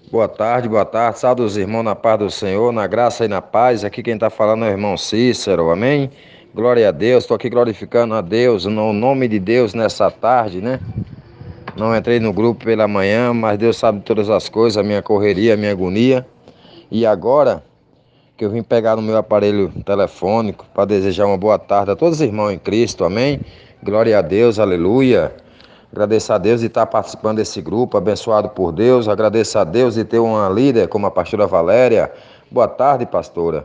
Boa tarde, boa tarde. Salve os irmãos na paz do Senhor, na graça e na paz. Aqui quem está falando é o irmão Cícero, amém? Glória a Deus, estou aqui glorificando a Deus, no nome de Deus nessa tarde, né? Não entrei no grupo pela manhã, mas Deus sabe todas as coisas, a minha correria, a minha agonia. E agora que eu vim pegar no meu aparelho telefônico para desejar uma boa tarde a todos os irmãos em Cristo, amém? Glória a Deus, aleluia. Agradeço a Deus de estar participando desse grupo, abençoado por Deus. Agradeço a Deus de ter uma líder como a pastora Valéria. Boa tarde, pastora.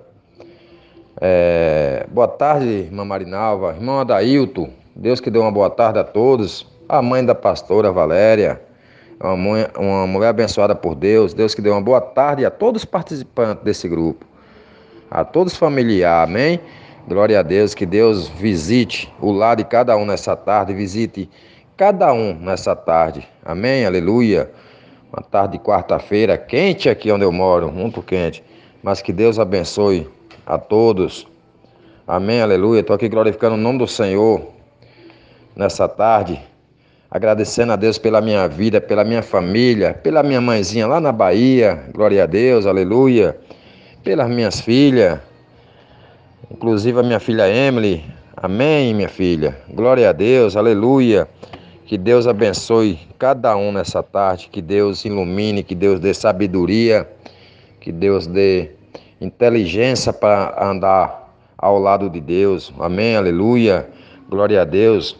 Boa tarde, irmã Marinalva, irmão Adailton. Deus que deu uma boa tarde a todos. A mãe da pastora Valéria, uma mulher abençoada por Deus. Deus que deu uma boa tarde a todos os participantes desse grupo, a todos os familiares, amém? Glória a Deus, que Deus visite o lar de cada um nessa tarde, visite cada um nessa tarde, amém? Aleluia. Uma tarde de quarta-feira, quente aqui onde eu moro, muito quente, mas que Deus abençoe a todos, amém? Aleluia. Estou aqui glorificando o nome do Senhor nessa tarde, agradecendo a Deus pela minha vida, pela minha família, pela minha mãezinha lá na Bahia, glória a Deus, aleluia, pelas minhas filhas, inclusive a minha filha Emily. Amém, minha filha. Glória a Deus, aleluia. Que Deus abençoe cada um nessa tarde. Que Deus ilumine, que Deus dê sabedoria, que Deus dê inteligência para andar ao lado de Deus. Amém, aleluia. Glória a Deus.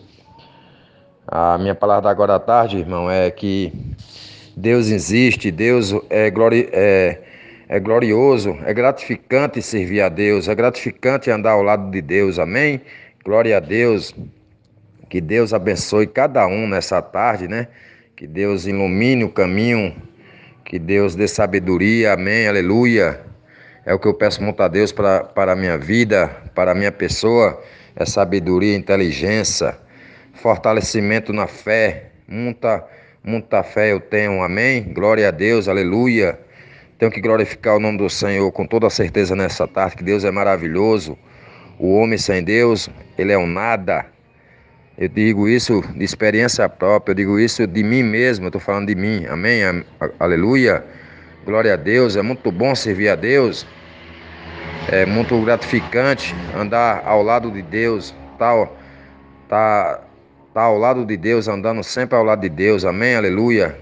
A minha palavra agora à tarde, irmão, é que Deus existe, Deus é glorioso, é gratificante servir a Deus, é gratificante andar ao lado de Deus, amém? Glória a Deus, que Deus abençoe cada um nessa tarde, né? Que Deus ilumine o caminho, que Deus dê sabedoria, amém, aleluia. É o que eu peço muito a Deus para a minha vida, para a minha pessoa, é sabedoria, inteligência, fortalecimento na fé, muita fé eu tenho, amém? Glória a Deus, aleluia. Tenho que glorificar o nome do Senhor com toda certeza nessa tarde, que Deus é maravilhoso. O homem sem Deus, ele é um nada. Eu digo isso de experiência própria, eu digo isso de mim mesmo, eu estou falando de mim, amém? Aleluia. Glória a Deus, é muito bom servir a Deus. É muito gratificante andar ao lado de Deus, tá, tá ao lado de Deus, andando sempre ao lado de Deus, amém, aleluia.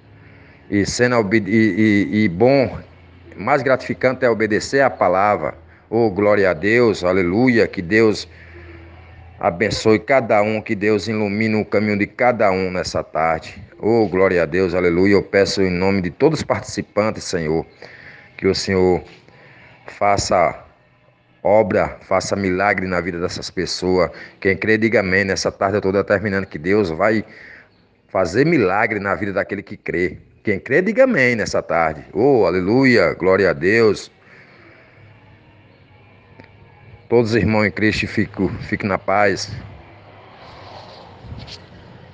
E bom, mais gratificante é obedecer a palavra. Oh, glória a Deus, aleluia, que Deus abençoe cada um, que Deus ilumine o caminho de cada um nessa tarde. Oh, glória a Deus, aleluia. Eu peço em nome de todos os participantes, Senhor, que o Senhor faça obra, faça milagre na vida dessas pessoas. Quem crê, diga amém. Nessa tarde eu estou determinando que Deus vai fazer milagre na vida daquele que crê. Quem crê, diga amém nessa tarde. Oh, aleluia, glória a Deus. Todos os irmãos em Cristo fiquem na paz.